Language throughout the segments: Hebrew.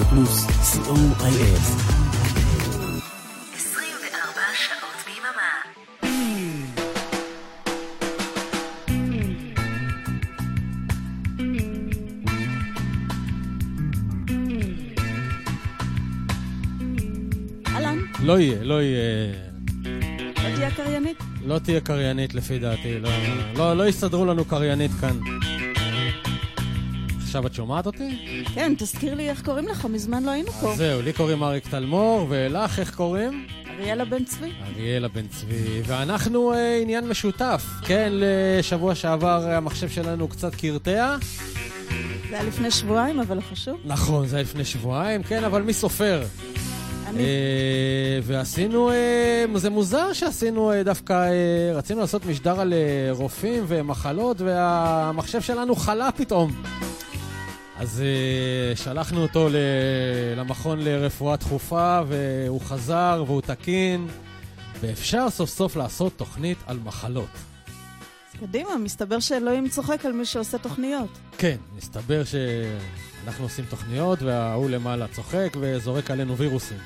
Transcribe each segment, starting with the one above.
פלוס, co.il. 24 שעות ביממה. אלן? לא יהיה. לא תהיה קריינית? לא תהיה קריינית לפי דעתי. לא יסתדרו לנו קריינית כאן. עכשיו את שומעת אותי? כן, תזכיר לי איך קוראים לך, מזמן לא היינו פה. זהו, לי קוראים אריק תלמור, ולך איך קוראים? אריאלה בן צבי. אריאלה בן צבי, ואנחנו עניין משותף. כן, לשבוע שעבר המחשב שלנו קצת קרטע. זה היה לפני שבועיים, אבל לא חשוב. נכון, זה היה לפני שבועיים, כן, אבל מי סופר? אני. ועשינו, זה מוזר שעשינו דווקא, רצינו לעשות משדר על רופאים ומחלות, והמחשב שלנו חלה פתאום. אז שלחנו אותו למכון לרפואה דחופה, והוא חזר והוא תקין, ואפשר סוף סוף לעשות תוכנית על מחלות. קדימה, מסתבר שאלוהים צוחק על מי שעושה תוכניות. כן, מסתבר שאנחנו עושים תוכניות, והוא למעלה צוחק וזורק עלינו וירוסים.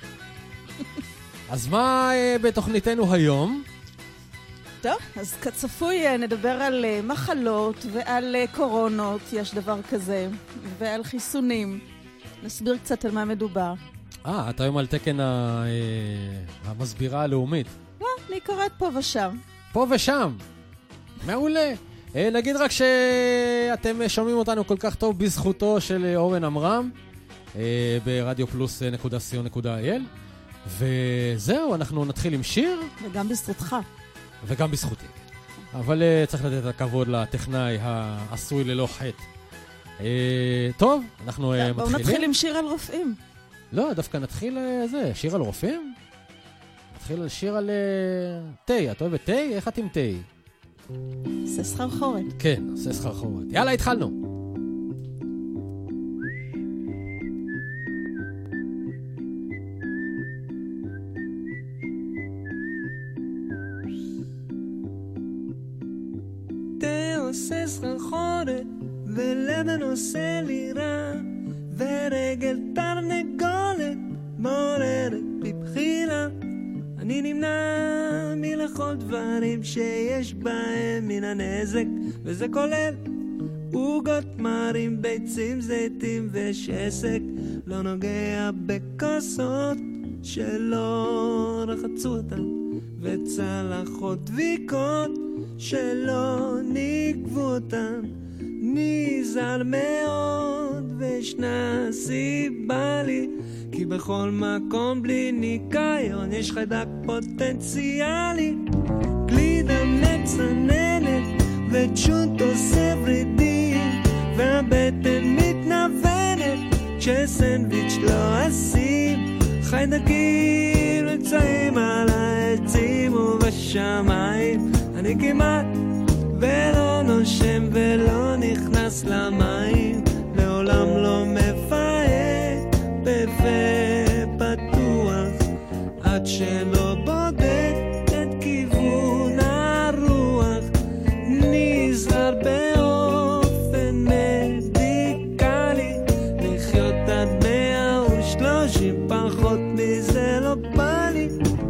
אז מה בתוכניתנו היום? טוב, אז כצפוי נדבר על מחלות ועל קורונות, יש דבר כזה, ועל חיסונים. נסביר קצת על מה מדובר. אתה היום על תקן המסבירה הלאומית. אני קוראת פה ושם. פה ושם. מעולה. נגיד רק שאתם שומעים אותנו כל כך טוב בזכותו של אורן אמרם, ברדיו פלוס .co.il. וזהו, אנחנו נתחיל עם שיר. וגם בזכותך. וגם בזכותי. אבל צריך לתת הכבוד לטכנאי העשוי ללא חטא. טוב, אנחנו מתחילים. בואו נתחיל עם שיר על רופאים. לא, דווקא נתחיל שיר על רופאים? נתחיל על שיר על תה. את אוהבת תה? איך את עם תה? עושה סחרחורת. כן, עושה סחרחורת. יאללה, התחלנו. עושה סחרחורת ולבן עושה לי רע ורגל תרנגולת מעוררת בבחילה. אני נמנע מלאכול דברים שיש בהם מן הנזק, וזה כולל עוגות, מרים, ביצים, זיתים ושסק. לא נוגע בכוסות שלא רחצו אותן וצלחות דביקות שלא נקבו אותם. נזהר מאוד וישנה סיבה לי, כי בכל מקום בלי ניקיון יש חיידק פוטנציאלי. גלידה מצננת וצ'וט עושה ורידים, והבטן מתנוונת כשסנדוויץ' לא אשים. חיידקים נמצאים על העצים ובשמיים. אני כמעט ולא נושם ולא נכנס למים, לעולם לא מפהק בפה פתוח עד שלא בודק את כיוון הרוח. נזהר באופן מדיקלי, לחיות עד 130, פחות מזה לא בא לי.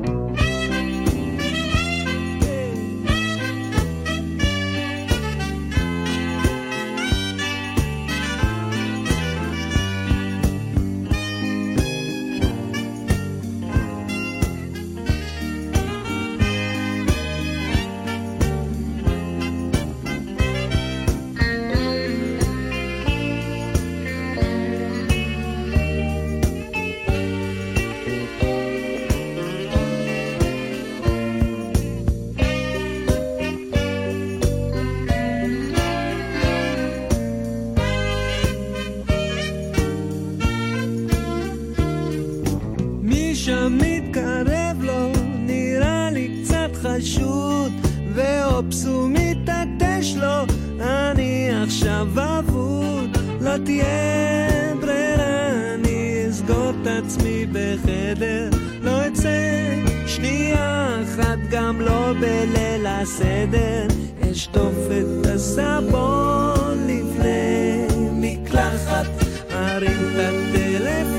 מתקרב לו, נראה לי קצת חשוד, ואופסו מתעטש לו, אני עכשיו אבוד. לא תהיה ברירה, אני אסגור את עצמי בחדר, לא אצא שנייה אחת, גם לא בליל הסדר. אשטוף את הסבון לפני מקלחת, ארים את הטלפון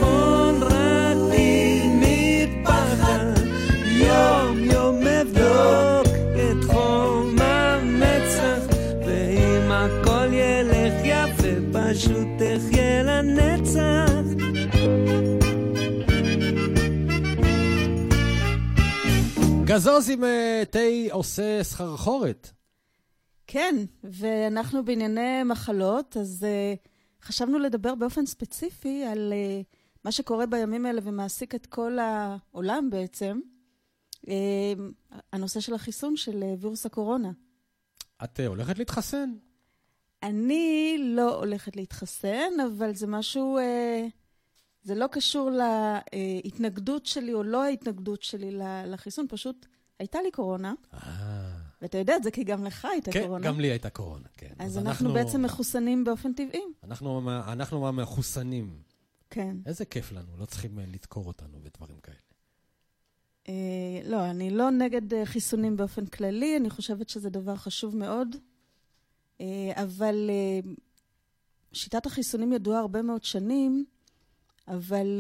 פשוט תחיה לנצח. גזוז עם תה עושה סחרחורת. כן, ואנחנו בענייני מחלות, אז חשבנו לדבר באופן ספציפי על מה שקורה בימים האלה ומעסיק את כל העולם בעצם, הנושא של החיסון של וירוס הקורונה. את הולכת להתחסן? אני לא הולכת להתחסן, אבל זה משהו, זה לא קשור להתנגדות שלי או לא ההתנגדות שלי לחיסון, פשוט הייתה לי קורונה. ואתה יודע את זה כי גם לך הייתה קורונה. כן, גם לי הייתה קורונה, כן. אז אנחנו בעצם מחוסנים באופן טבעי. אנחנו מחוסנים. כן. איזה כיף לנו, לא צריכים לדקור אותנו ודברים כאלה. לא, אני לא נגד חיסונים באופן כללי, אני חושבת שזה דבר חשוב מאוד, אבל שיטת החיסונים ידועה הרבה מאוד שנים, אבל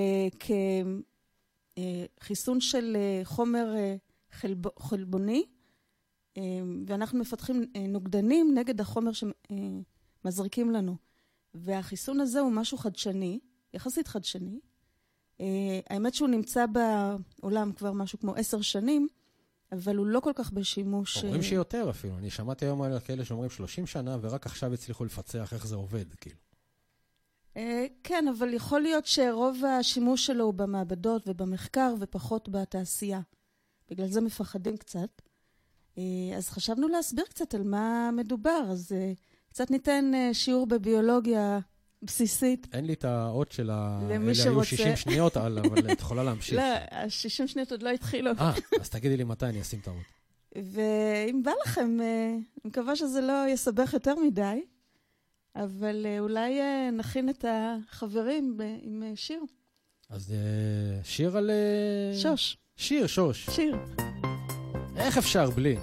כחיסון של חומר חלבוני, ואנחנו מפתחים נוגדנים נגד החומר שמזריקים לנו. והחיסון הזה הוא משהו חדשני, יחסית חדשני. האמת שהוא נמצא בעולם כבר משהו כמו 10 שנים, אבל הוא לא כל כך בשימוש. אומרים שיותר אפילו. אני שמעתי היום על כאלה שאומרים 30 שנה, ורק עכשיו הצליחו לפצח איך זה עובד, כאילו. כן, אבל יכול להיות שרוב השימוש שלו הוא במעבדות ובמחקר ופחות בתעשייה. בגלל זה מפחדים קצת. אז חשבנו להסביר קצת על מה מדובר, אז קצת ניתן שיעור בביולוגיה בסיסית. אין לי את האות של אלה היו 60 שניות, אבל את יכולה להמשיך. לא, ה-60 שניות עוד לא התחילו. אז תגידי לי מתי אני אשים את האות. ואם בא לכם, אני מקווה שזה לא יסבך יותר מדי, אבל אולי נכין את החברים עם שיר. אז שיר על... שוש. שוש. שיר. איך אפשר בלי?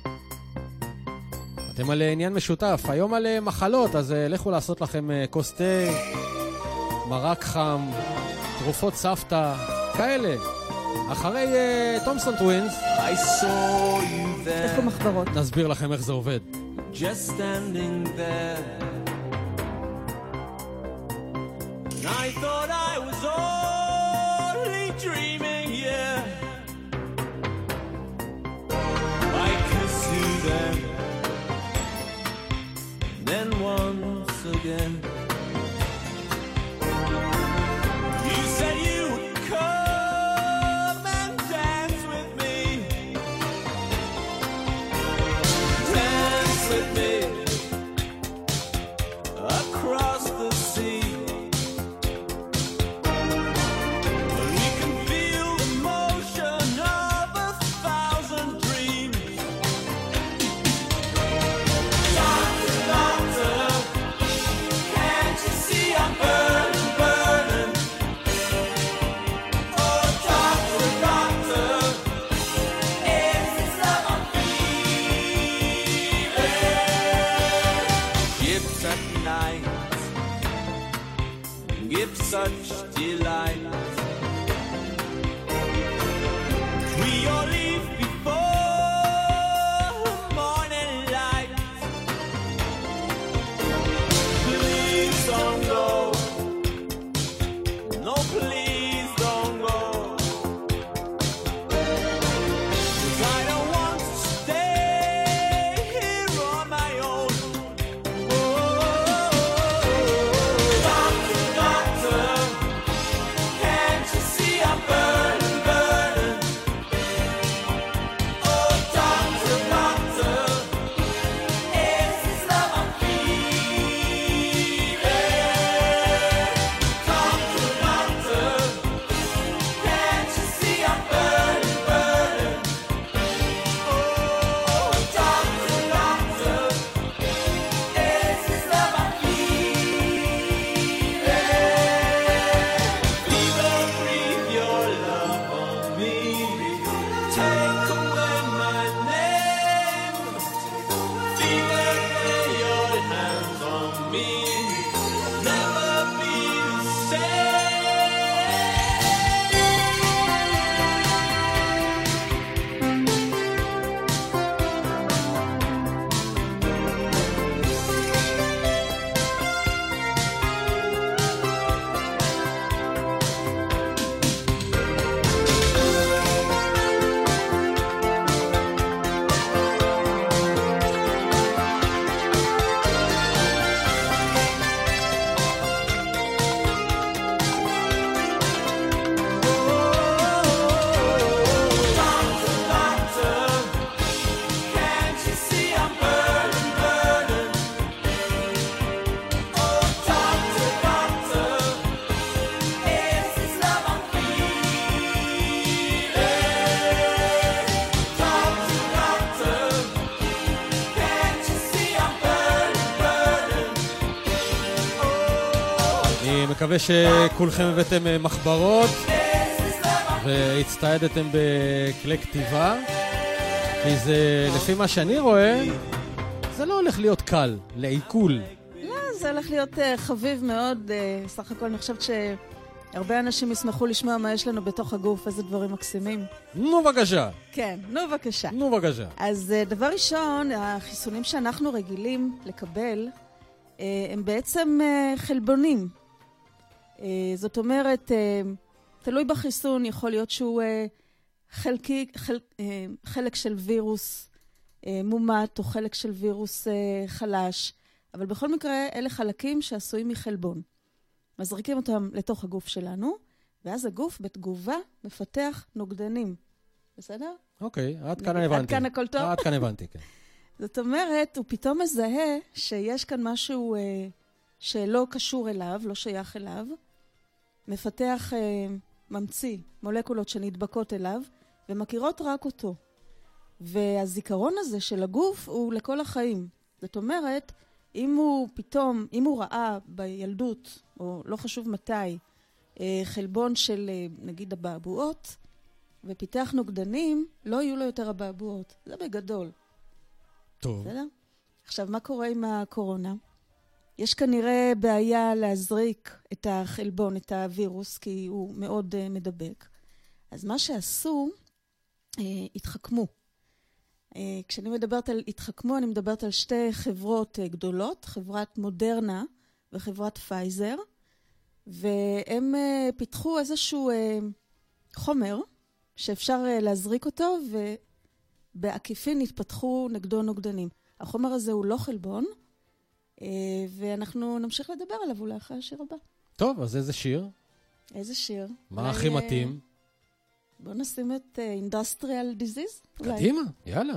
אתם על עניין משותף, היום על מחלות, אז לכו לעשות לכם כוס תה, מרק חם, תרופות סבתא, כאלה. אחרי תומסון טווינס, איפה מחברות? נסביר לכם איך זה עובד. Just standing there, and I thought I was only dreaming, yeah. I kissed you then, then once again. You said you would come and dance with me, dance with me across the sea. And we can feel the motion of 1,000 dreams. Doctor, doctor, can't you see I'm burning, burning? Oh, doctor, doctor, is this love I'm feeling? Gifts at night, give such delight. We all leave before morning light. Please don't go. No, please don't go. 'Cause I don't want to stay here on my own. Doctor, doctor, can't מקווה שכולכם הבאתם מחברות והצטיידתם בכלי כתיבה, כי זה, לפי מה שאני רואה, זה לא הולך להיות קל, לעיכול. לא, זה הולך להיות חביב מאוד. סך הכל אני חושבת שהרבה אנשים ישמחו לשמוע מה יש לנו בתוך הגוף, איזה דברים מקסימים. נו בבקשה. כן, נו בבקשה. נו בבקשה. אז דבר ראשון, החיסונים שאנחנו רגילים לקבל, הם בעצם חלבונים. זאת אומרת, תלוי בחיסון, יכול להיות שהוא חלק של וירוס מומת או חלק של וירוס חלש, אבל בכל מקרה אלה חלקים שעשויים מחלבון. מזריקים אותם לתוך הגוף שלנו, ואז הגוף בתגובה מפתח נוגדנים. בסדר? אוקיי, עד כאן הבנתי. עד כאן הכל טוב? עד כאן הבנתי, כן. זאת אומרת, הוא פתאום מזהה שיש כאן משהו שלא קשור אליו, לא שייך אליו, מפתח ממציא, מולקולות שנדבקות אליו, ומכירות רק אותו. והזיכרון הזה של הגוף הוא לכל החיים. זאת אומרת, אם הוא ראה בילדות, או לא חשוב מתי, חלבון של נגיד הבעבועות, ופיתח נוגדנים, לא יהיו לו יותר הבעבועות. זה בגדול. טוב. בסדר? עכשיו, מה קורה עם הקורונה? יש כנראה בעיה להזריק את החלבון, את הווירוס, כי הוא מאוד מדבק. אז מה שעשו, התחכמו. כשאני מדברת על התחכמו, אני מדברת על שתי חברות גדולות, חברת מודרנה וחברת פייזר, והם פיתחו איזשהו חומר שאפשר להזריק אותו, ובעקיפין התפתחו נגדו נוגדנים. החומר הזה הוא לא חלבון, ואנחנו נמשיך לדבר עליו אולי אחרי השיר הבא. טוב, אז איזה שיר? איזה שיר? מה הכי מתאים? בוא נשים את Industrial Disease. קדימה, יאללה.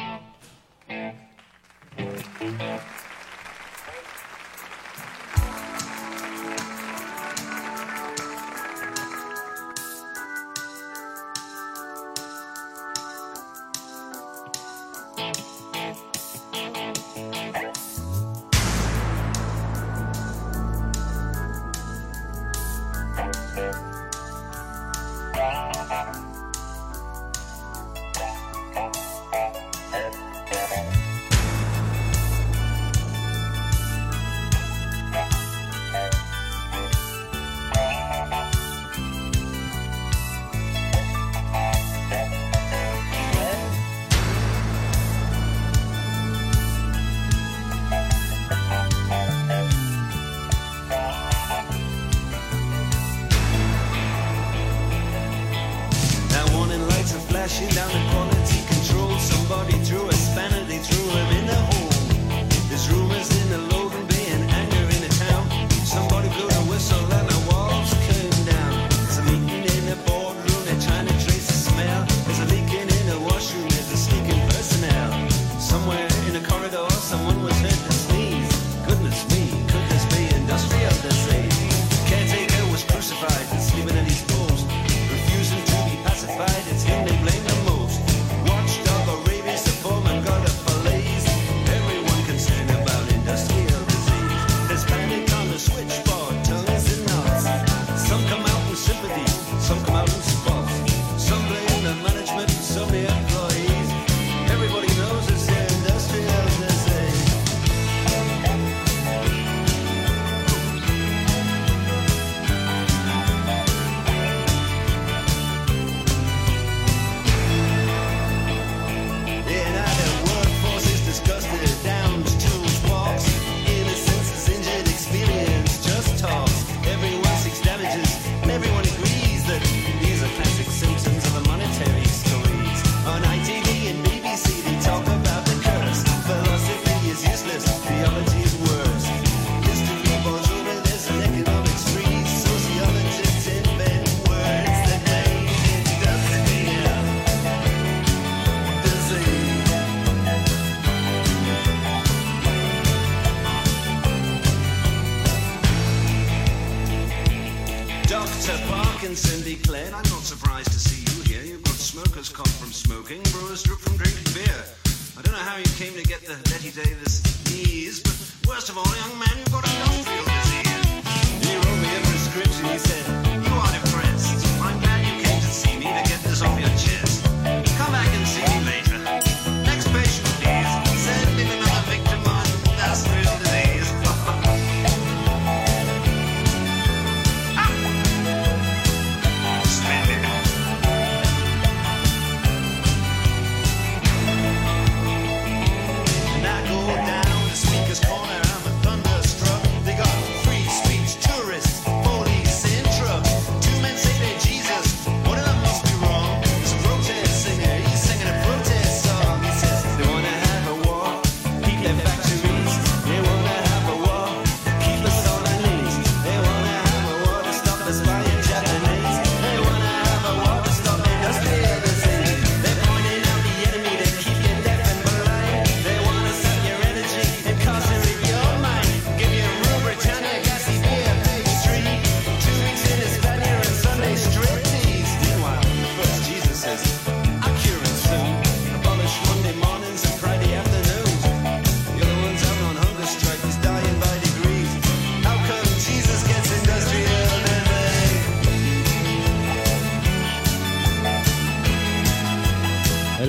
Parkinson declared, I'm not surprised to see you here. You've got smoker's cough from smoking, brewer's droop from drinking beer. I don't know how you came to get the Betty Davis knees, but worst of all, young man, you've got industrial disease. You wrote me every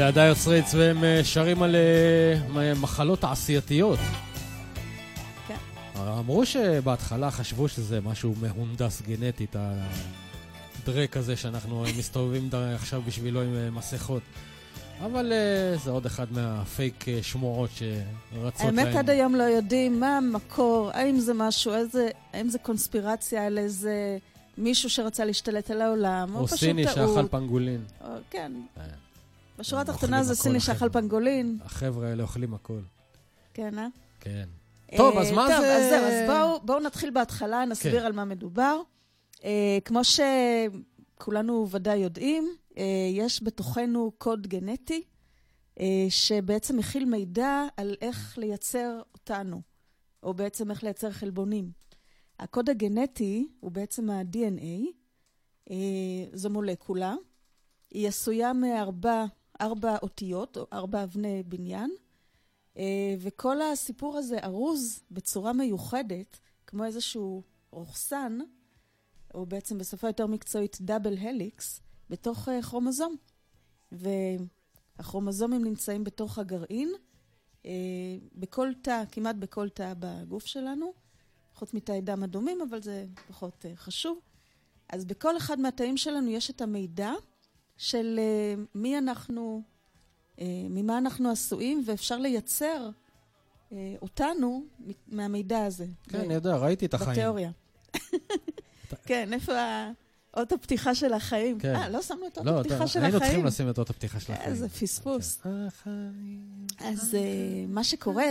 די יוצריץ, והם שרים על מחלות תעשייתיות. כן. אמרו שבהתחלה חשבו שזה משהו מהונדס גנטית, הדרק הזה שאנחנו מסתובבים עכשיו בשבילו עם מסכות. אבל זה עוד אחד מהפייק שמועות שרצות להם. האמת עד היום לא יודעים מה המקור, האם זה משהו, האם זה קונספירציה על איזה מישהו שרצה להשתלט על העולם, או סיני שאכל פנגולין. כן. בשורה התחתונה זה סיני שאכל פנגולין. החבר'ה האלה אוכלים הכל. כן, אה? כן. טוב, אז מה זה? טוב, אז זהו, אז בואו נתחיל בהתחלה, נסביר על מה מדובר. כמו שכולנו ודאי יודעים, יש בתוכנו קוד גנטי, שבעצם מכיל מידע על איך לייצר אותנו, או בעצם איך לייצר חלבונים. הקוד הגנטי הוא בעצם ה-DNA, זו מולקולה, היא עשויה מארבע אותיות, או 4 אבני בניין, וכל הסיפור הזה ארוז בצורה מיוחדת, כמו איזשהו רוחסן, או בעצם בשפה יותר מקצועית דאבל הליקס, בתוך כרומוזום. והכרומוזומים נמצאים בתוך הגרעין, בכל תא, כמעט בכל תא בגוף שלנו, חוץ מתאי דם אדומים, אבל זה פחות חשוב. אז בכל אחד מהתאים שלנו יש את המידע של ממה אנחנו עשויים, ואפשר לייצר אותנו מהמידע הזה. כן, אני יודע, ראיתי את החיים. בתיאוריה. כן, איפה אות הפתיחה של החיים? לא שמנו את אות הפתיחה של החיים. היינו צריכים לשים את אות הפתיחה של החיים. איזה פספוס. אז מה שקורה,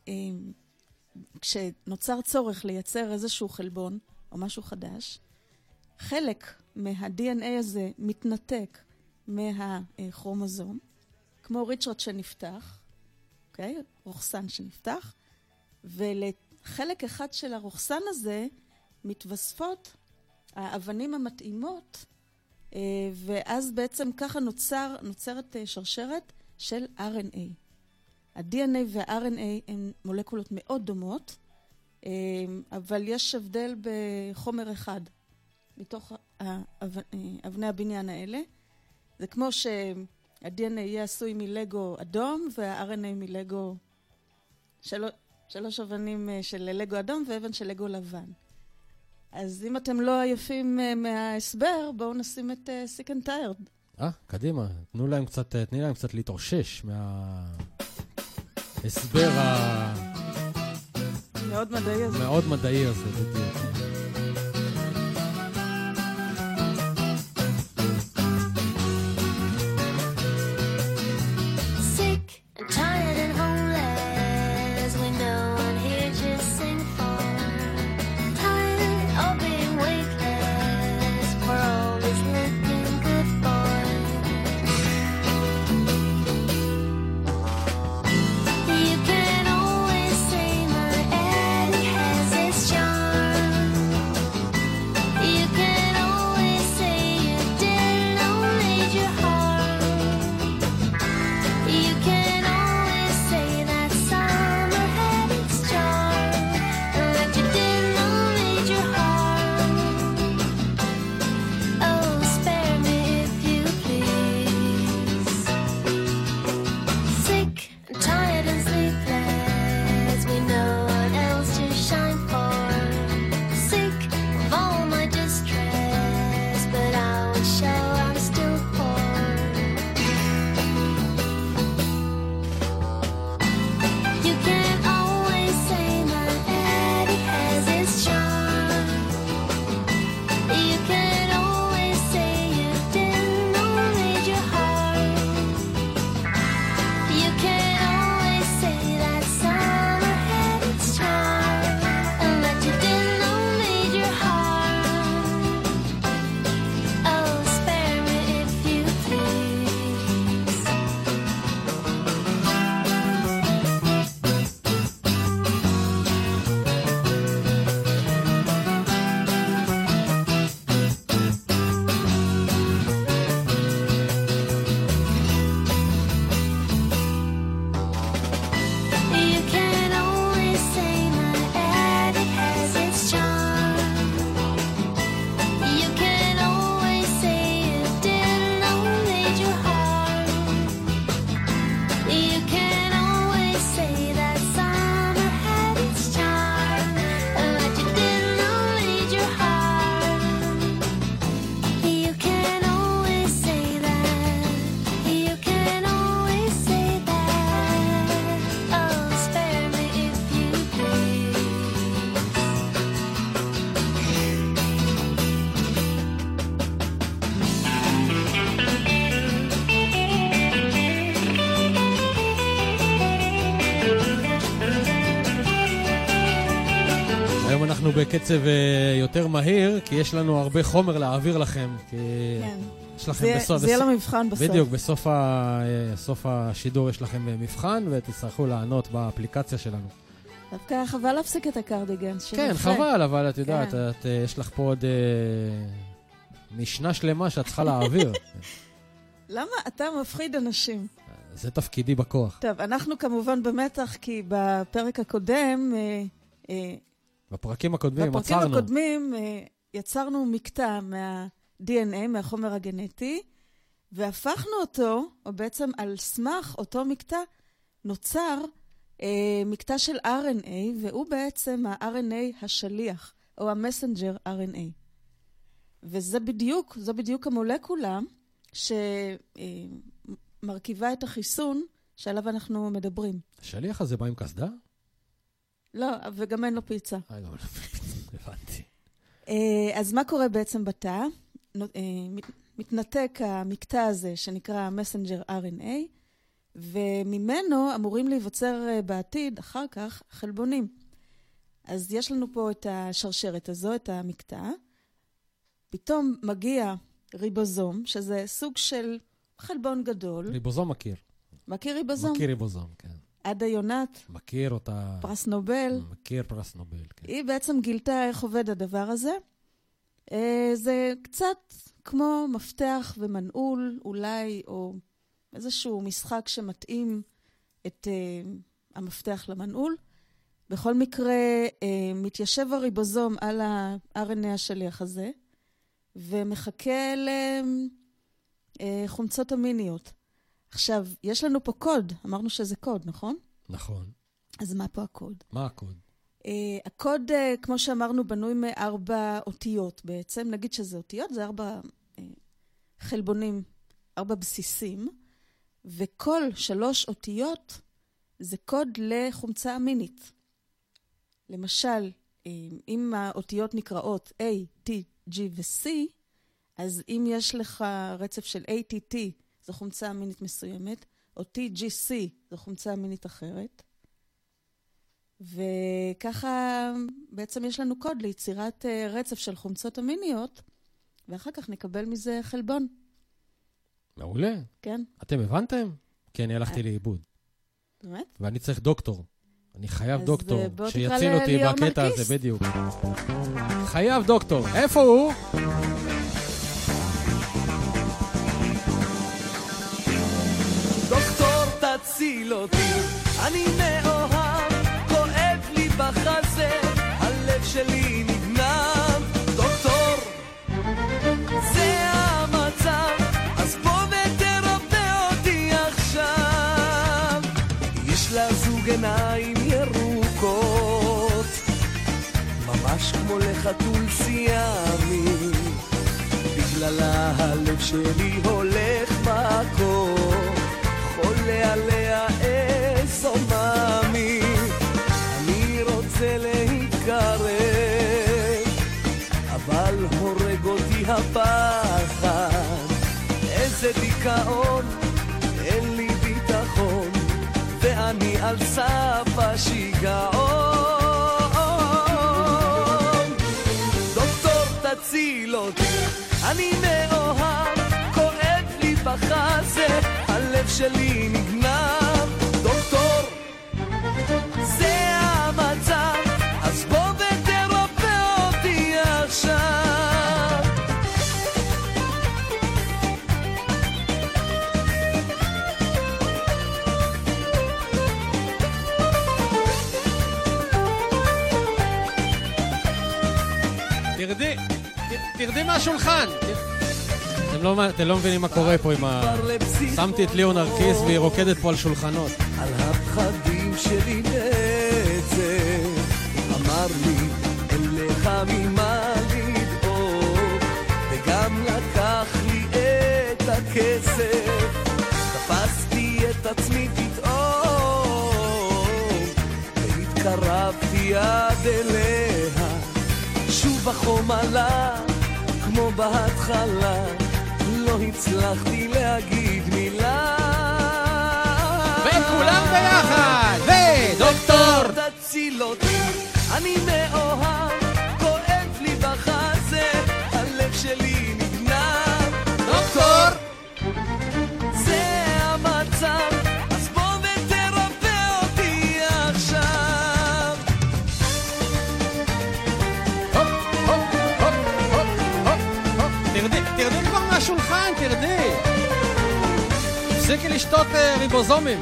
כשנוצר צורך לייצר איזשהו חלבון או משהו חדש, חלק מה-DNA הזה מתנתק מהכרומוזום, כמו ריצ'רד שנפתח, אוקיי? רוחסן שנפתח, ולחלק אחד של הרוחסן הזה מתווספות האבנים המתאימות, ואז בעצם ככה נוצרת שרשרת של RNA. ה-DNA וה-RNA הן מולקולות מאוד דומות, אבל יש הבדל בחומר אחד בתוך אבני הבניין האלה. זה כמו שה-DNA יהיה עשוי מלגו אדום, וה-RNA מלגו, 3 אבנים של לגו אדום ואבן של לגו לבן. אז אם אתם לא עייפים מההסבר, בואו נשים את Sick and Tired. קדימה, תני להם קצת להתאושש מההסבר מאוד מדעי הזה. מאוד מדעי הזה, בדיוק. You can always say my daddy has his charm. אנחנו בקצב יותר מהיר, כי יש לנו הרבה חומר להעביר לכם. כי כן. יש לכם זה יהיה למבחן בסוף. בדיוק, בסוף השידור יש לכם מבחן, ותצטרכו לענות באפליקציה שלנו. דווקא חבל להפסיק את הקרדיגן. כן, חבל, אבל את יודעת, יש לך פה עוד משנה שלמה שאת צריכה להעביר. למה אתה מפחיד אנשים? זה תפקידי בכוח. טוב, אנחנו כמובן במתח, כי בפרק הקודם, בפרקים הקודמים יצרנו מקטע מה-DNA, מהחומר הגנטי, והפכנו אותו, או בעצם על סמך אותו מקטע, נוצר מקטע של RNA, והוא בעצם ה-RNA השליח, או המסנג'ר RNA. וזו בדיוק המולקולה שמרכיבה את החיסון שעליו אנחנו מדברים. השליח הזה בא עם קסדה? לא, וגם אין לו פיצה. הבנתי. אז מה קורה בעצם בתא? מתנתק המקטע הזה שנקרא מסנג'ר RNA, וממנו אמורים להיווצר בעתיד, אחר כך, חלבונים. אז יש לנו פה את השרשרת הזו, את המקטע. פתאום מגיע ריבוזום, שזה סוג של חלבון גדול. ריבוזום מכיר. מכיר ריבוזום? מכיר ריבוזום, כן. עדה יונת. מכיר אותה. פרס נובל. מכיר פרס נובל, כן. היא בעצם גילתה איך עובד הדבר הזה. זה קצת כמו מפתח ומנעול, אולי, או איזשהו משחק שמתאים את המפתח למנעול. בכל מקרה, מתיישב הריבוזום על ה-RNA השליח הזה, ומחכה לחומצות אמיניות. עכשיו, יש לנו פה קוד. אמרנו שזה קוד, נכון? נכון. אז מה פה הקוד? מה הקוד? הקוד, כמו שאמרנו, בנוי מ4 אותיות בעצם. נגיד שזה אותיות, זה 4 חלבונים, 4 בסיסים, וכל 3 אותיות זה קוד לחומצה אמינית. למשל, אם האותיות נקראות A, T, G ו-C, אז אם יש לך רצף של ATT, זו חומצה אמינית מסוימת, או TGC, זו חומצה אמינית אחרת. וככה בעצם יש לנו קוד ליצירת רצף של חומצות אמיניות, ואחר כך נקבל מזה חלבון. מעולה. כן. אתם הבנתם? כי אני הלכתי לאיבוד. באמת? ואני צריך דוקטור. אני חייב דוקטור שיציל תקרא אותי ליאור בקטע מרקיס. הזה, בדיוק. חייב דוקטור. איפה הוא? דוקטור תציל אותי, אני מאוהב, כואב לי בחזה, הלב שלי נגנב. דוקטור, זה המצב, אז בוא ותרפא אותי עכשיו. יש לה זוג עיניים ירוקות, ממש כמו לחתול סיאמי, בגללה הלב שלי הולך מקום, חולה עליה איזו מאמי. אני רוצה להתקרב, אבל הורג אותי הפחד, איזה דיכאון, אין לי ביטחון, ואני על סף השיגעון. דוקטור תציל אותי, אני מאוהב, כואב לי בחזה, הלב שלי נגנב. דוקטור, זה המצב, אז בוא ותרפא אותי עכשיו. תרדי מהשולחן. אתם לא מבינים מה קורה פה עם שמתי את ליאור נרקיס והיא רוקדת פה על שולחנות. על הפחדים שלי נצר, אמר לי אין לך ממה לדאוג, וגם לקח לי את הכסף. תפסתי את עצמי פתאום והתקרבתי עד אליה, שוב החום עלה כמו בהתחלה, לא הצלחתי להגיד מילה. וכולם ביחד, ודוקטור תציל אותי, אני מאוהב, כואב לי בחזה, הלב שלי נגנב. דוקטור! זה המצב, אז בוא ותרפא אותי עכשיו. הופ, הופ, הופ, הופ, הופ, הופ. תרדי כבר מהשולחן, תרדי. תפסיקי לשתות ריבוזומים.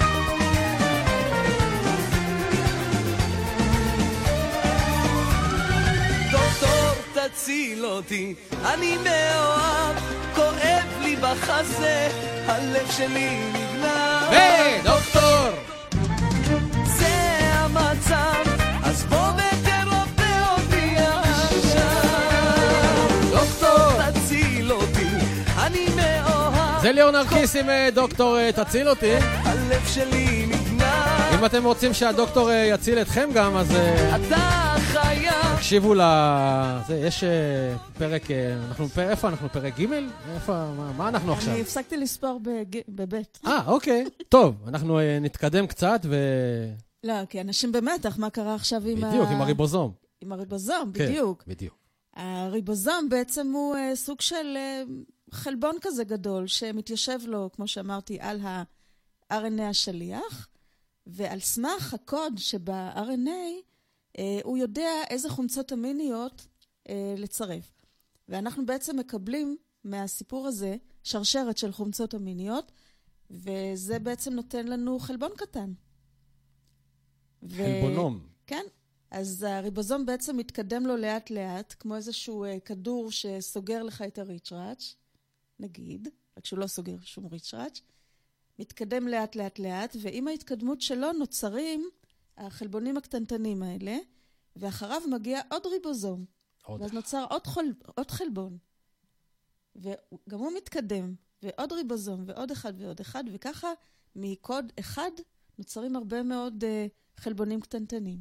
תציל אותי, אני מאוהב, כואב לי בחזה, הלב שלי נגנב. היי, דוקטור! זה המצב, אז בוא ותרפא אותי עכשיו. דוקטור, תציל אותי, אני מאוהב. זה ליאור נרקיס עם דוקטור תציל אותי. הלב שלי נגנב. אם אתם רוצים שהדוקטור יציל אתכם גם, אז אתה חייב. תקשיבו יש פרק, איפה אנחנו? פרק ג'? מה אנחנו עכשיו? אני הפסקתי לספור בבית. אוקיי. טוב, אנחנו נתקדם קצת לא, כי אנשים במתח, מה קרה עכשיו עם בדיוק, עם הריבוזום. עם הריבוזום, כן, בדיוק. בדיוק. הריבוזום בעצם הוא סוג של חלבון כזה גדול, שמתיישב לו, כמו שאמרתי, על ה-RNA השליח, ועל סמך הקוד שב-RNA, הוא יודע איזה חומצות אמיניות לצרף. ואנחנו בעצם מקבלים מהסיפור הזה שרשרת של חומצות אמיניות, וזה בעצם נותן לנו חלבון קטן. חלבונום. כן. אז הריבוזום בעצם מתקדם לו לאט לאט, כמו איזשהו כדור שסוגר לך את הריצ'ראץ', נגיד, רק שהוא לא סוגר שום ריצ'ראץ', מתקדם לאט לאט לאט, ועם ההתקדמות שלו נוצרים החלבונים הקטנטנים האלה, ואחריו מגיע עוד ריבוזום. ואז נוצר עוד חלבון. וגם הוא מתקדם, ועוד ריבוזום, ועוד אחד ועוד אחד, וככה מקוד אחד נוצרים הרבה מאוד חלבונים קטנטנים.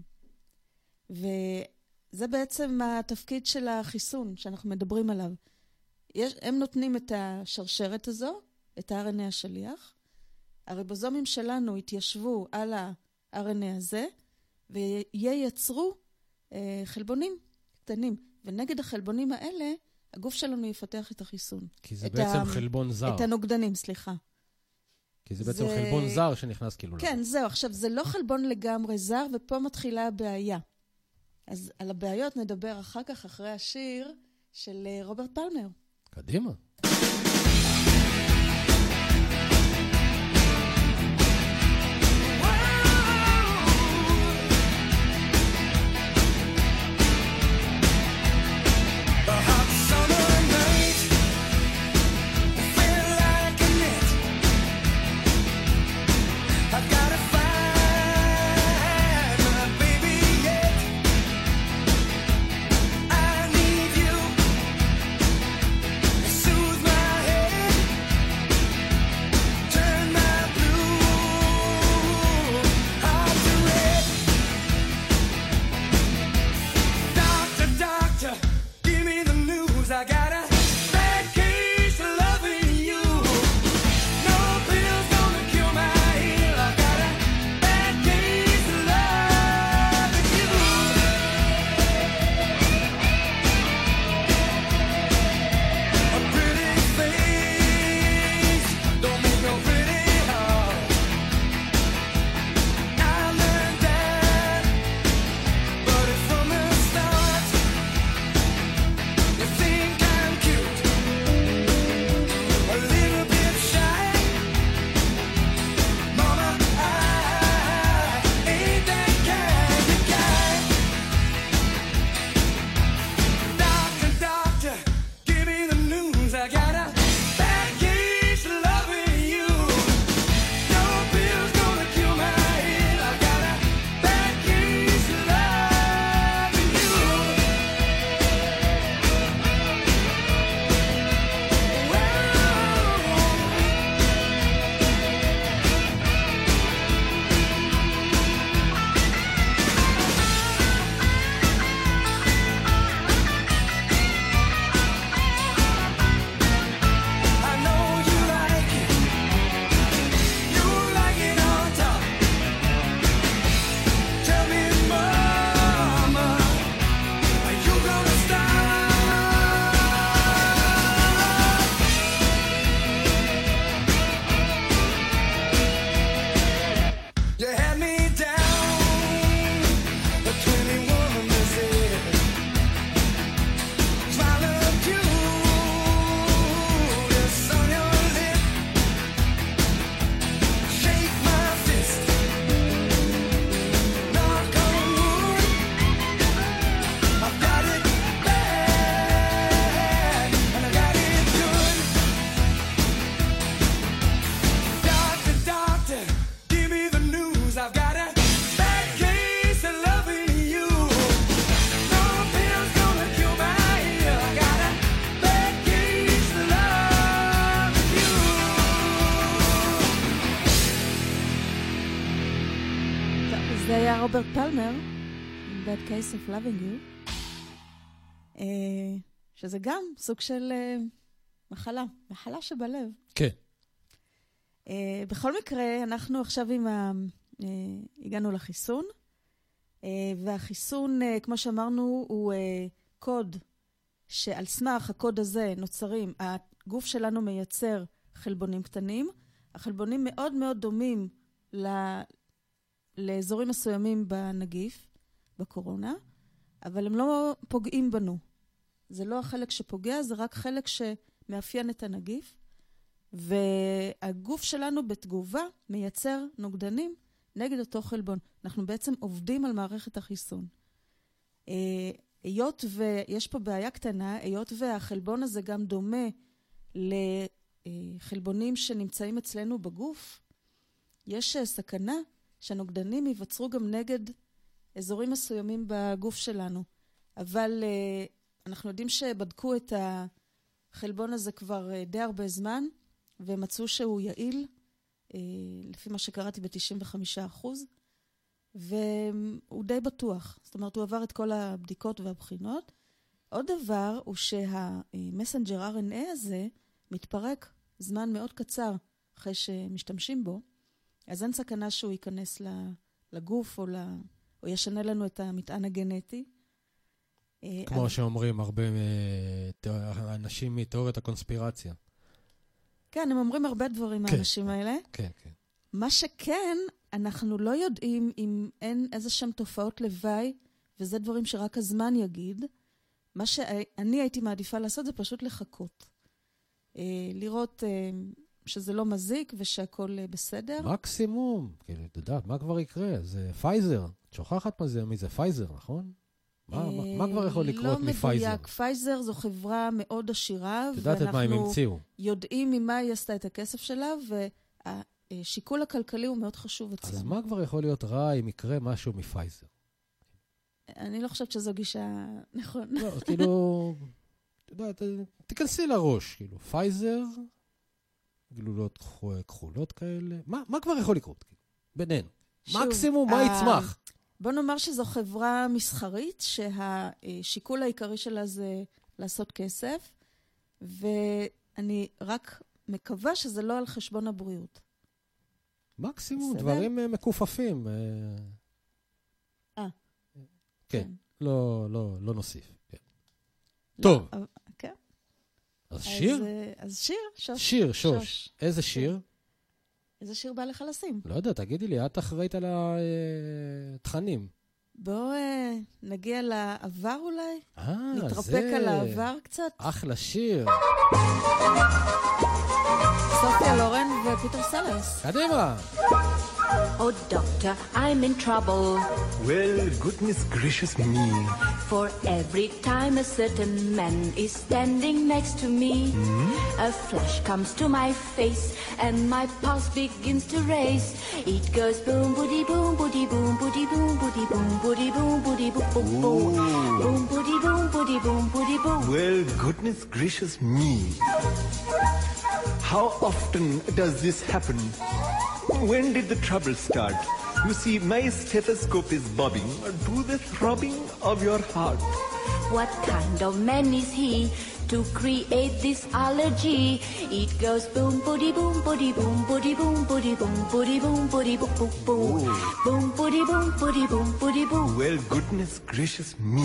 וזה בעצם התפקיד של החיסון שאנחנו מדברים עליו. הם נותנים את השרשרת הזו, את ה-RNA השליח. הריבוזומים שלנו התיישבו על ה-RNA הזה, וייצרו חלבונים קטנים. ונגד החלבונים האלה, הגוף שלנו יפתח את החיסון. כי זה בעצם חלבון זר. את הנוגדנים, סליחה. כי זה בעצם חלבון זר שנכנס כאילו. כן, זהו. עכשיו, זה לא חלבון לגמרי זר, ופה מתחילה הבעיה. אז על הבעיות נדבר אחר כך, אחרי השיר של רוברט פלמר. קדימה. Soon רוברט פלמר, Bad Case of Loving You, שזה גם סוג של מחלה שבלב. כן. בכל מקרה, אנחנו עכשיו הגענו לחיסון, והחיסון, כמו שאמרנו, הוא קוד שעל סמך הקוד הזה נוצרים, הגוף שלנו מייצר חלבונים קטנים, החלבונים מאוד מאוד דומים לאזורים מסוימים בנגיף, בקורונה, אבל הם לא פוגעים בנו. זה לא החלק שפוגע, זה רק חלק שמאפיין את הנגיף, והגוף שלנו בתגובה מייצר נוגדנים נגד אותו חלבון. אנחנו בעצם עובדים על מערכת החיסון. היות ויש פה בעיה קטנה, היות והחלבון הזה גם דומה לחלבונים שנמצאים אצלנו בגוף, יש סכנה שהנוגדנים ייווצרו גם נגד אזורים מסוימים בגוף שלנו. אבל אנחנו יודעים שבדקו את החלבון הזה כבר די הרבה זמן, ומצאו שהוא יעיל, לפי מה שקראתי ב-95%, והוא די בטוח. זאת אומרת, הוא עבר את כל הבדיקות והבחינות. עוד דבר הוא שהמסנג'ר RNA הזה מתפרק זמן מאוד קצר אחרי שמשתמשים בו, אז אין סכנה שהוא ייכנס לגוף או ישנה לנו את המטען הגנטי. כמו שאומרים הרבה אנשים מתיאוריית הקונספירציה. כן, הם אומרים הרבה דברים מהאנשים האלה. כן, כן. מה שכן, אנחנו לא יודעים אם אין איזה שם תופעות לוואי, וזה דברים שרק הזמן יגיד. מה שאני הייתי מעדיפה לעשות זה פשוט לחכות. לראות שזה לא מזיק ושהכל בסדר. מקסימום. כאילו, אתה יודעת, מה כבר יקרה? זה פייזר. את שוכחת מי זה פייזר, נכון? מה כבר יכול לקרות מפייזר? לא מדויק. פייזר זו חברה מאוד עשירה, את יודעת את מה הם המציאו. יודעים ממה היא עשתה את הכסף שלה, והשיקול הכלכלי הוא מאוד חשוב אצלנו. אז מה כבר יכול להיות רע אם יקרה משהו מפייזר? אני לא חושבת שזו גישה נכון. לא, כאילו, אתה יודעת, תיכנסי לראש, כאילו, פייזר, גלולות כחולות כאלה, מה כבר יכול לקרות? בינינו. מקסימום, מה יצמח? בוא נאמר שזו חברה מסחרית, שהשיקול העיקרי שלה זה לעשות כסף, ואני רק מקווה שזה לא על חשבון הבריאות. מקסימום, דברים מקופפים. כן, לא נוסיף. טוב. כן. אז שיר? אז שיר, שוש. שיר, שוש. איזה שיר? איזה שיר בא לך לשים? לא יודע, תגידי לי, את אחראית על התכנים. בואו נגיע לעבר אולי? זה. נתרפק על העבר קצת? אחלה שיר. סופיה לורן ופיטר סלס. קדימה. Oh, doctor, I'm in trouble. Well, goodness gracious me. For every time a certain man is standing next to me, a flash comes to my face and my pulse begins to race. It goes boom, boody, boom, boody, boom, boody, boom, boody, boom, boody, boom, boody, boom, boom, boom, boom, boody, boom, boody, boom, boody, boom. Well, goodness gracious me. How often does this happen? When did the trouble start? You see, my stethoscope is bobbing to the throbbing of your heart. What kind of man is he to create this allergy? It goes boom, boody, boom, boody, boom, boody, boom, boody, boom, boody, boom, boody, boom, boom, boom, boom, boody, boom, boody, boom, boody, boom. Well, goodness gracious me.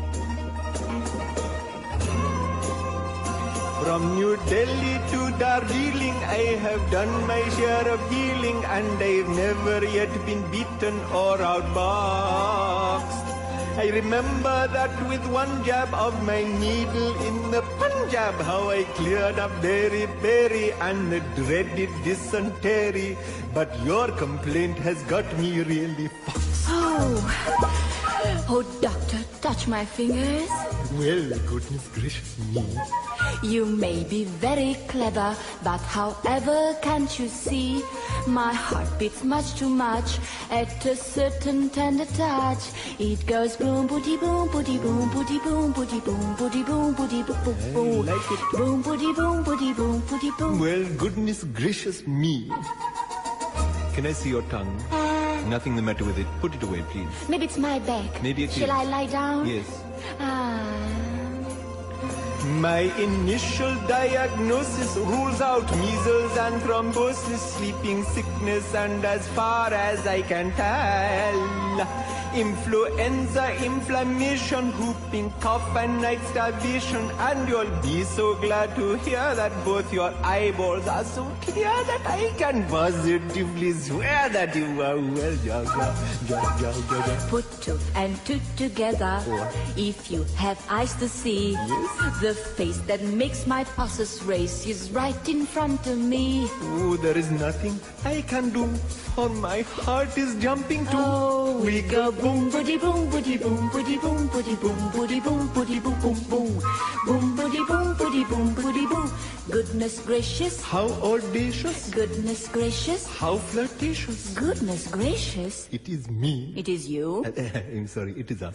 From New Delhi to Darjeeling, I have done my share of healing, and I've never yet been beaten or outboxed. I remember that with one jab of my needle in the Punjab, how I cleared up berry and the dreaded dysentery. But your complaint has got me really foxed. Oh, doctor, touch my fingers. Well, goodness gracious me. You may be very clever, but however can't you see? My heart beats much too much at a certain tender touch. It goes boom, boody, boom, boody, boom, boody, boom, boody, boom, boody, boom, boody, boom, boom, boom. Like it. Boom, boody, boom, boody, boom, boody, boom. Well, goodness gracious me. Can I see your tongue? nothing the matter with it. Put it away, please. Maybe it's my back. Maybe it Shall is. I lie down? Yes. My initial diagnosis rules out measles and thrombosis, sleeping sickness, and as far as I can tell, influenza, inflammation, whooping cough, and night starvation. And you'll be so glad to hear that both your eyeballs are so clear that I can positively swear that you are well. Put two and two together. If you have eyes to see, the face that makes my pulses race is right in front of me. Oh, there is nothing I can do, for my heart is jumping too. Oh, we go boom, boody, boom, boody, boom, boody, boom, boody, boom, boody, boom, boody, boom, boom, boom, boom, boody, boom, boody, boom, boody, boom. Goodness gracious, How audacious, goodness gracious, how flirtatious. goodness gracious. It is me. It is you. I'm sorry, it is us.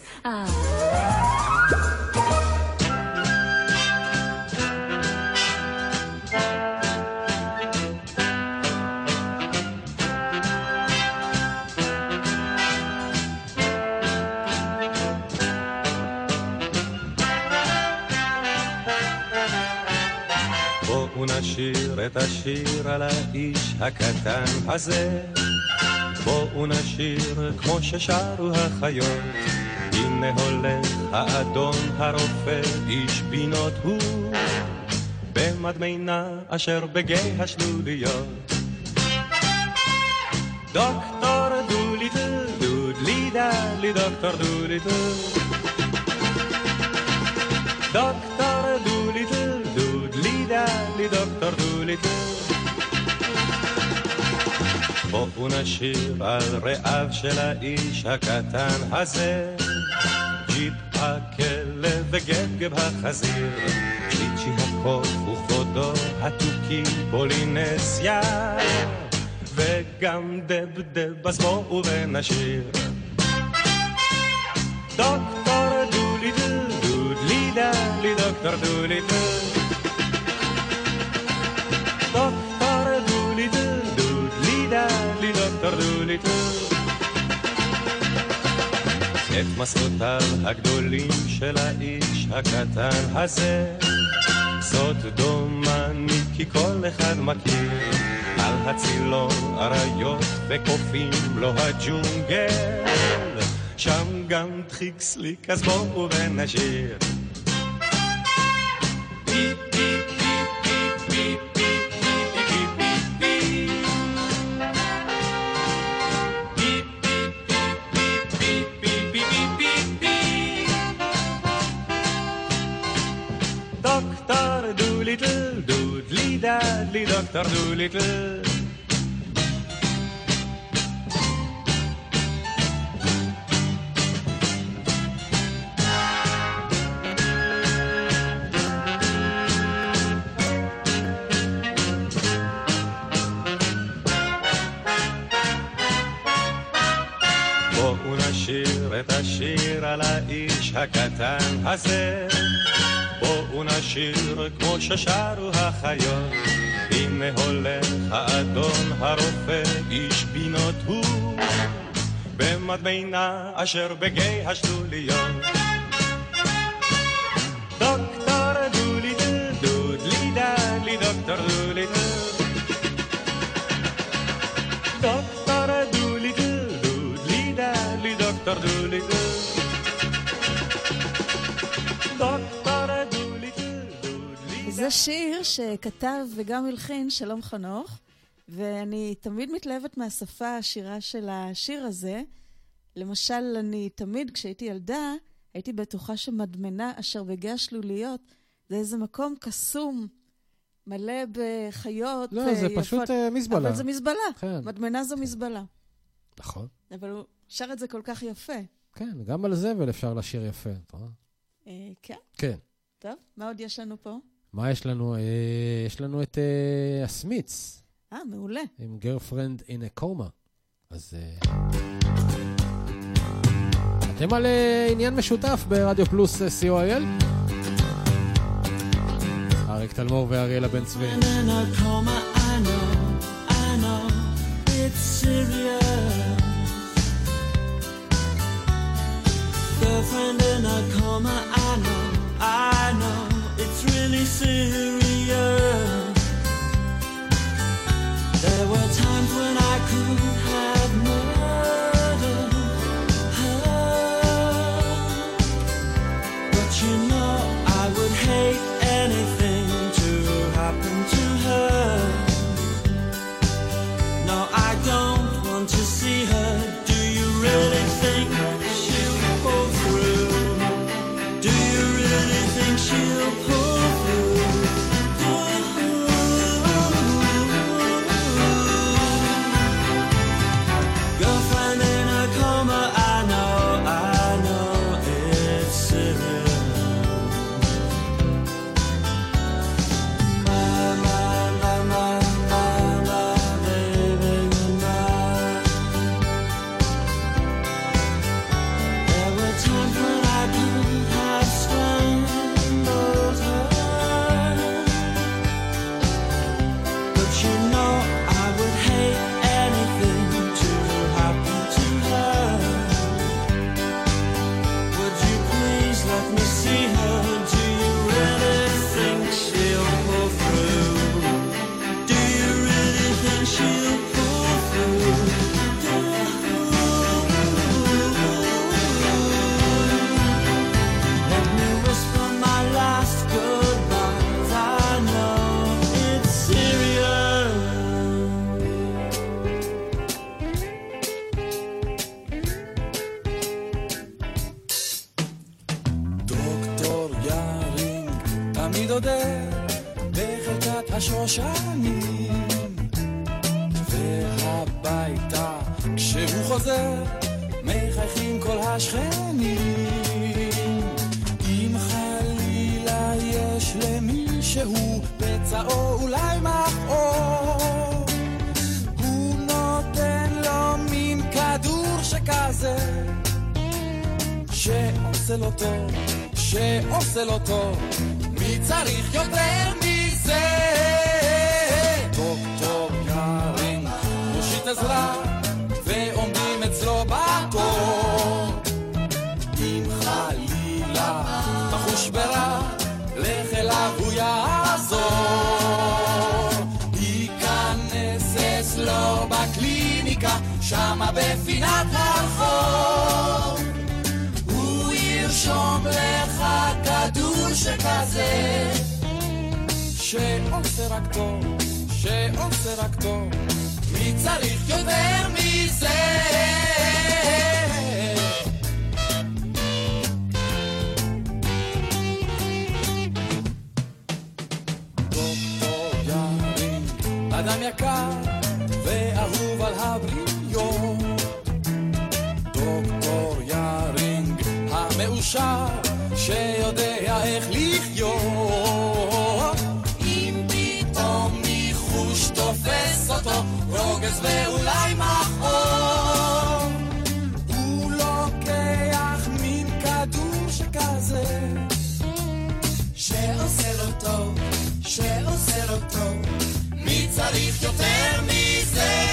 בואו נשיר את השיר על האיש הקטן הזה, בואו נשיר כמו ששרו החיות. הנה הולך האדון הרופא, איש בינות הוא, במדמנה אשר בגיא השלוליות. דוקטור דוליטל, דודלי דלי דוקטור דוליטל, דוקטור דוליטל, דודלי דלי דוקטור דוליטל. בואו נשיר על רעיו של האיש הקטן הזה, ג'יפ הכלב וגבגב החזיר, צ'יצ'י הקוף וכבודו התוכי פולינסיה, וגם דבדב, אז בואו ונשיר. דוקטור דוליטל, דודלי דלי דוקטור דוליטל, דוקטור דוליטל, דודלי דלי דוקטור דוליטל. את מסעותיו הגדולים של האיש הקטן הזה, זאת דומני כי כל אחד מכיר, על הצילון אריות וקופים לו הג'ונגל, שם גם דחיק סליק, אז בואו ונשיר. דוקטור דוליטל, דודלי דלי דוקטור דוליטל. בואו נשיר את השיר על האיש הקטן הזה, בואו נשיר כמו ששרו החיות. הנה הולך האדון הרופא, איש בינות הוא, במדמנה אשר בגיא השלוליות. דוקטור דוליטל, דודלי דלי דוקטור דוליטל, דוקטור דוליטל, דודלי דלי דוקטור דוליטל. זה שיר שכתב וגם הלחין שלום חנוך, ואני תמיד מתלהבת מהשפה העשירה של השיר הזה. למשל, אני תמיד, כשהייתי ילדה, הייתי בטוחה שמדמנה אשר בגיא השלוליות זה איזה מקום קסום, מלא בחיות. לא, זה פשוט מזבלה. אבל זה מזבלה. כן. מדמנה זו מזבלה. נכון. אבל הוא שר את זה כל כך יפה. כן, גם על זבל אפשר לשיר יפה. כן? כן. טוב, מה עוד יש לנו פה? מה יש לנו? יש לנו את הסמיץ. מעולה. עם Girlfriend in a Coma. אז אתם על עניין משותף ברדיו פלוס COIL. אריק תלמור ואריאלה בן צבי. In a coma, I know, it's serious. coma, I know, it's really serious. There were times when I could have murdered her, but you know I would hate anything to happen to her. No, I don't want to see her. Do you really think she'll pull through? Do you really think she'll pull through? Girlfriend in a coma, I know it's serious. My baby, goodbye. There were times when I could have strangled her, but you know I would hate anything to happen to her. Would you please let me see her? Do you really think she'll pull through? Do you really think she'll pull through? Let me whisper my last goodbyes. I know it's serious. דוקטור יארינג תמיד עודד בחלקת השושנים, והביתה כשהוא חוזר מחייכים כל השכנים. אם חלילה יש למישהו פצעו אולי מכאוב, הוא נותן לו מין כדור שכזה שעושה לו טוב, שעושה לו טוב. מי צריך יותר מזה? דוקטור יארינג מושיט עזרה ועומדים אצלו בתור. אם חלילה תחוש ברע, לך אליו הוא יעזור. ייכנס אצלו בקליניקה, שמה בפינת הרחוב. הוא ירשום לך כדור שכזה, שעושה רק טוב, שעושה רק טוב. מי צריך יותר מזה? דוקטור יארינג, אדם יקר ואהוב על הבריות. דוקטור יארינג המאושר שיודע איך לחיות. אם פתאום ניחוש תופס אותו, רוגז ואולי מכאוב, הוא לוקח מין כדור שכזה, שעושה לו טוב, שעושה לו טוב. מי צריך יותר מזה?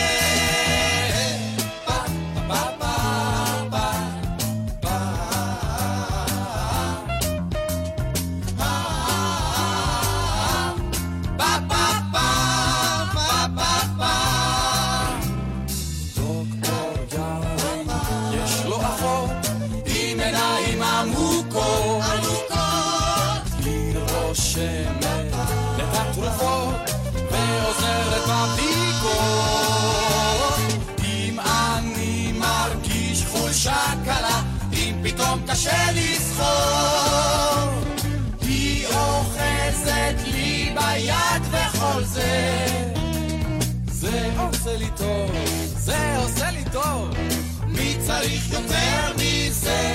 שקלה, אם פתאום קשה לסחור, היא אוחזת לי ביד וכל זה, זה עושה לי טוב, זה עושה לי טוב. מי צריך יותר מזה?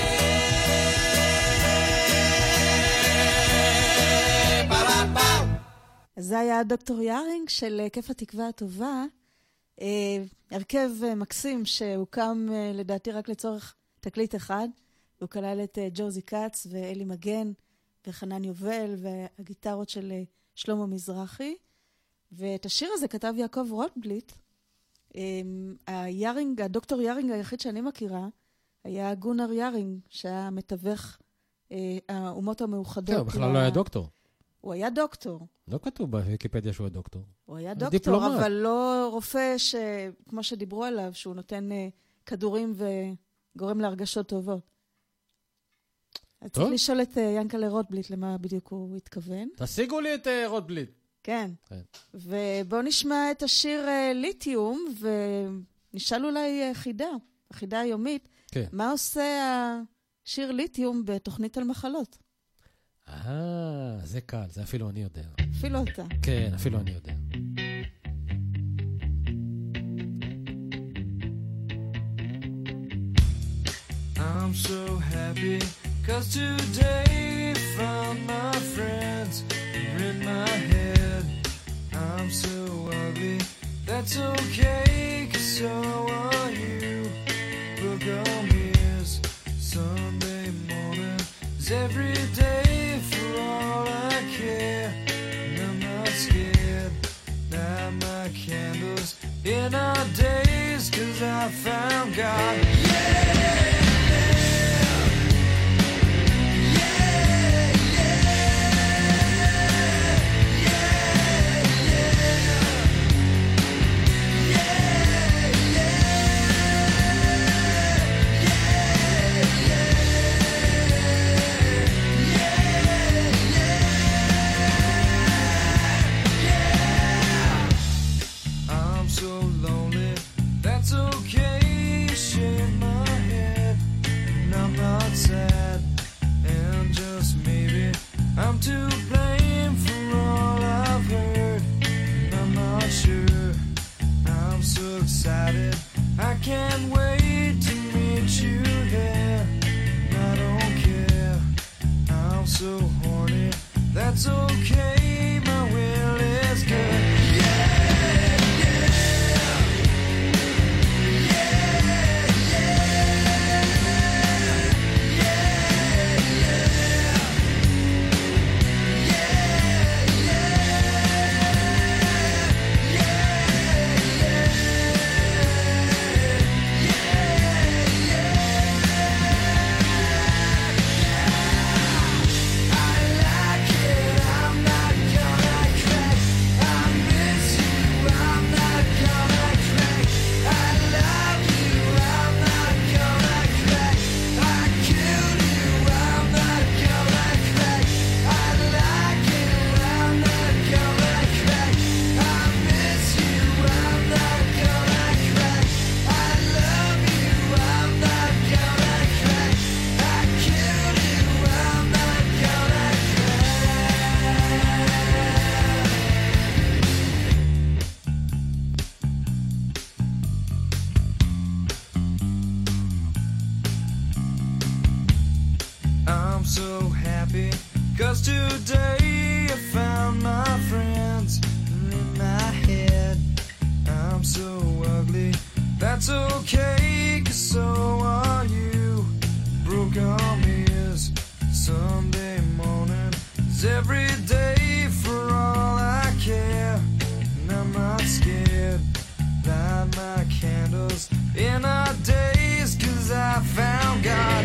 זה היה דוקטור יארינג של כיף התקווה הטובה, הרכב מקסים שהוקם לדעתי רק לצורך תקליט אחד. הוא כלל את ג'וזי קאץ ואלי מגן וחנן יובל והגיטרות של שלמה מזרחי, ואת השיר הזה כתב יעקב רוטבליט. הדוקטור יארינג היחיד שאני מכירה היה גונר יארינג, שהיה מתווך האומות המאוחדות. כן, הוא בכלל לא היה דוקטור. הוא היה דוקטור. לא כתוב בוויקיפדיה שהוא היה דוקטור. הוא היה דוקטור, דיפלומט. אבל לא רופא כמו שדיברו עליו, שהוא נותן כדורים וגורם להרגשות טובות. אז צריך לשאול את ינקלה רוטבליט למה בדיוק הוא התכוון. תשיגו לי את רוטבליט. כן. כן. ובואו נשמע את השיר ליתיום, ונשאל אולי חידה היומית. כן. מה עושה השיר ליתיום בתוכנית על מחלות? זה קל, זה אפילו אני יודע. אפילו אתה. כן, אפילו אני יודע. I'm so happy, 'cause today found my friends are in my head. I'm so ugly, that's okay, 'cause so are you. Book on ears, Sunday morning is every day for all I care. And I'm not scared, light my candles in our days, 'cause I found God. That's okay, shake my head, and I'm not sad, and just maybe I'm to blame for all I've heard, and I'm not sure, I'm so excited, I can't wait to meet you there, and I don't care, I'm so horny, that's okay, my will is good. So happy, 'cause today I found my friends in my head. I'm so ugly, that's okay, 'cause so are you. Broke arm ears, Sunday morning is every day for all I care. And I'm not scared, light my candles in our days, 'cause I found God.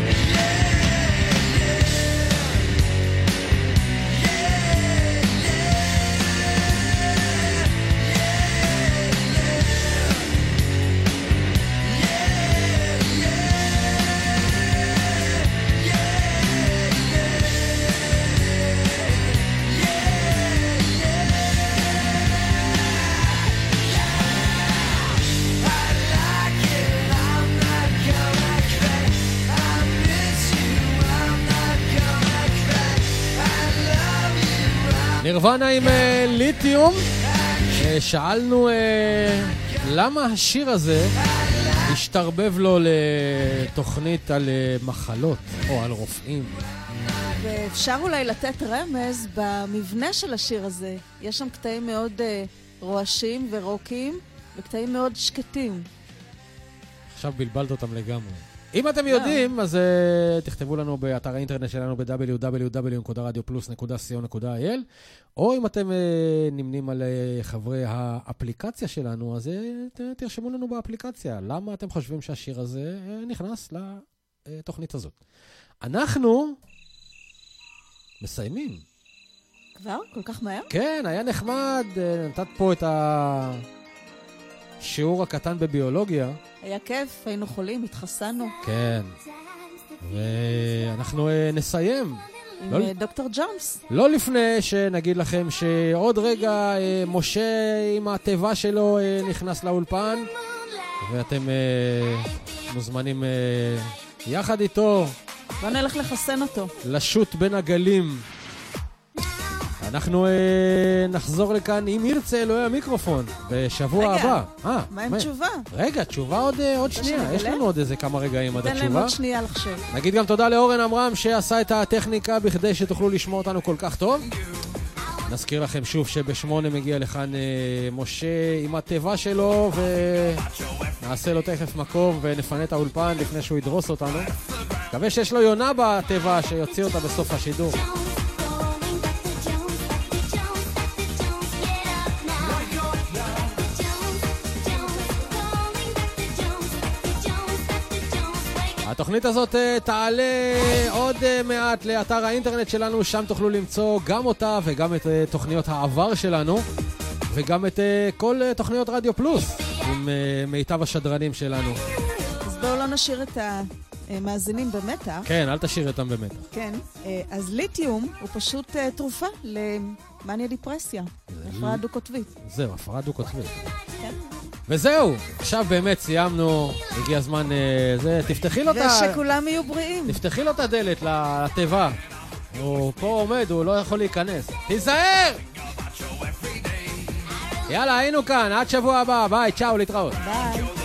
נירוונה עם ליתיום. שאלנו למה השיר הזה השתרבב לו לתוכנית על מחלות או על רופאים. ואפשר אולי לתת רמז במבנה של השיר הזה. יש שם קטעים מאוד רועשים ורוקים וקטעים מאוד שקטים. עכשיו בלבלת אותם לגמרי. אם אתם יודעים, אז תכתבו לנו באתר האינטרנט שלנו ב-www.radioplus.co.il, או אם אתם נמנים על חברי האפליקציה שלנו, אז תרשמו לנו באפליקציה. למה אתם חושבים שהשיר הזה נכנס לתוכנית הזאת? אנחנו מסיימים. כבר? כל כך מהר? כן, היה נחמד. נתת פה את השיעור הקטן בביולוגיה. היה כיף, היינו חולים, התחסנו. כן. ואנחנו נסיים. עם דוקטור ג'ונס. לא לפני שנגיד לכם שעוד רגע משה עם הטבע שלו נכנס לאולפן, ואתם מוזמנים יחד איתו. בוא נלך לחסן אותו. לשוט בין הגלים. אנחנו נחזור לכאן אם ירצה אלוהי המיקרופון בשבוע הבא. מה עם תשובה? רגע, תשובה עוד שנייה. יש לנו עוד איזה כמה רגעים עד התשובה. תן להם עוד שנייה לחשוב. נגיד גם תודה לאורן אמרם שעשה את הטכניקה בכדי שתוכלו לשמוע אותנו כל כך טוב. נזכיר לכם שוב שבשמונה מגיע לכאן משה עם הטבע שלו, ונעשה לו תכף מקום ונפנה את האולפן לפני שהוא ידרוס אותנו. מקווה שיש לו יונה בטבע שיוציא אותה בסוף השידור. התוכנית הזאת תעלה עוד מעט לאתר האינטרנט שלנו, שם תוכלו למצוא גם אותה וגם את תוכניות העבר שלנו, וגם את כל תוכניות רדיו פלוס עם מיטב השדרנים שלנו. אז בואו לא נשאיר את המאזינים במתח. כן, אל תשאיר אותם במתח. כן, אז ליתיום הוא פשוט תרופה למאניה דיפרסיה, הפרעה דו-קוטבית. זהו, הפרעה דו-קוטבית. כן. וזהו, עכשיו באמת סיימנו, הגיע הזמן, תפתחי לו את ה... ושכולם יהיו בריאים. תפתחי לו את הדלת לטבע. הוא פה עומד, הוא לא יכול להיכנס. תיזהר! יאללה, היינו כאן, עד שבוע הבא, ביי, צ'או, להתראות. ביי.